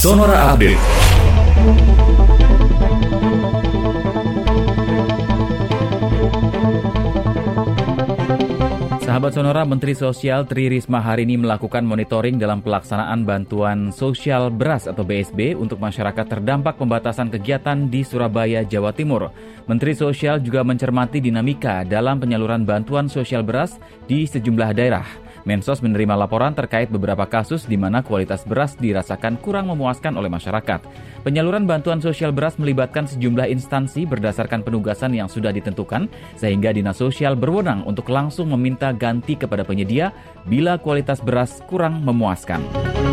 Sonora Update. Sahabat Sonora, Menteri Sosial Tri Risma hari ini melakukan monitoring dalam pelaksanaan bantuan sosial beras atau BSB untuk masyarakat terdampak pembatasan kegiatan di Surabaya, Jawa Timur. Menteri Sosial juga mencermati dinamika dalam penyaluran bantuan sosial beras di sejumlah daerah. Mensos menerima laporan terkait beberapa kasus di mana kualitas beras dirasakan kurang memuaskan oleh masyarakat. Penyaluran bantuan sosial beras melibatkan sejumlah instansi berdasarkan penugasan yang sudah ditentukan, sehingga Dinas Sosial berwenang untuk langsung meminta ganti kepada penyedia bila kualitas beras kurang memuaskan.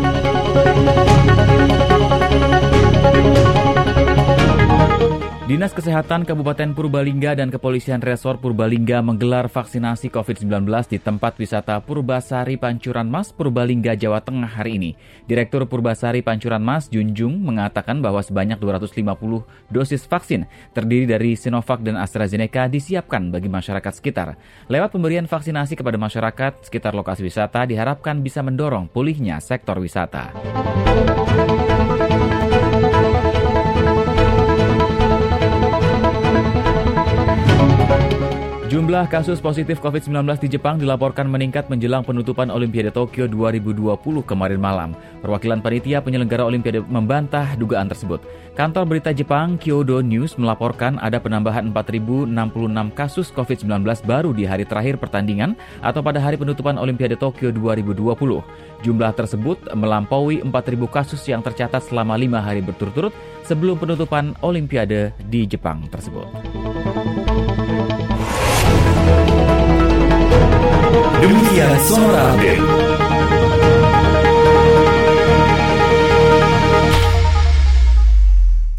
Dinas Kesehatan Kabupaten Purbalingga dan Kepolisian Resor Purbalingga menggelar vaksinasi COVID-19 di tempat wisata Purbasari Pancuran Mas, Purbalingga, Jawa Tengah hari ini. Direktur Purbasari Pancuran Mas, Junjung, mengatakan bahwa sebanyak 250 dosis vaksin terdiri dari Sinovac dan AstraZeneca disiapkan bagi masyarakat sekitar. Lewat pemberian vaksinasi kepada masyarakat sekitar lokasi wisata diharapkan bisa mendorong pulihnya sektor wisata. Jumlah kasus positif COVID-19 di Jepang dilaporkan meningkat menjelang penutupan Olimpiade Tokyo 2020 kemarin malam. Perwakilan panitia penyelenggara Olimpiade membantah dugaan tersebut. Kantor berita Jepang Kyodo News melaporkan ada penambahan 4.066 kasus COVID-19 baru di hari terakhir pertandingan atau pada hari penutupan Olimpiade Tokyo 2020. Jumlah tersebut melampaui 4.000 kasus yang tercatat selama 5 hari berturut-turut sebelum penutupan Olimpiade di Jepang tersebut. Demikian Sonora Update.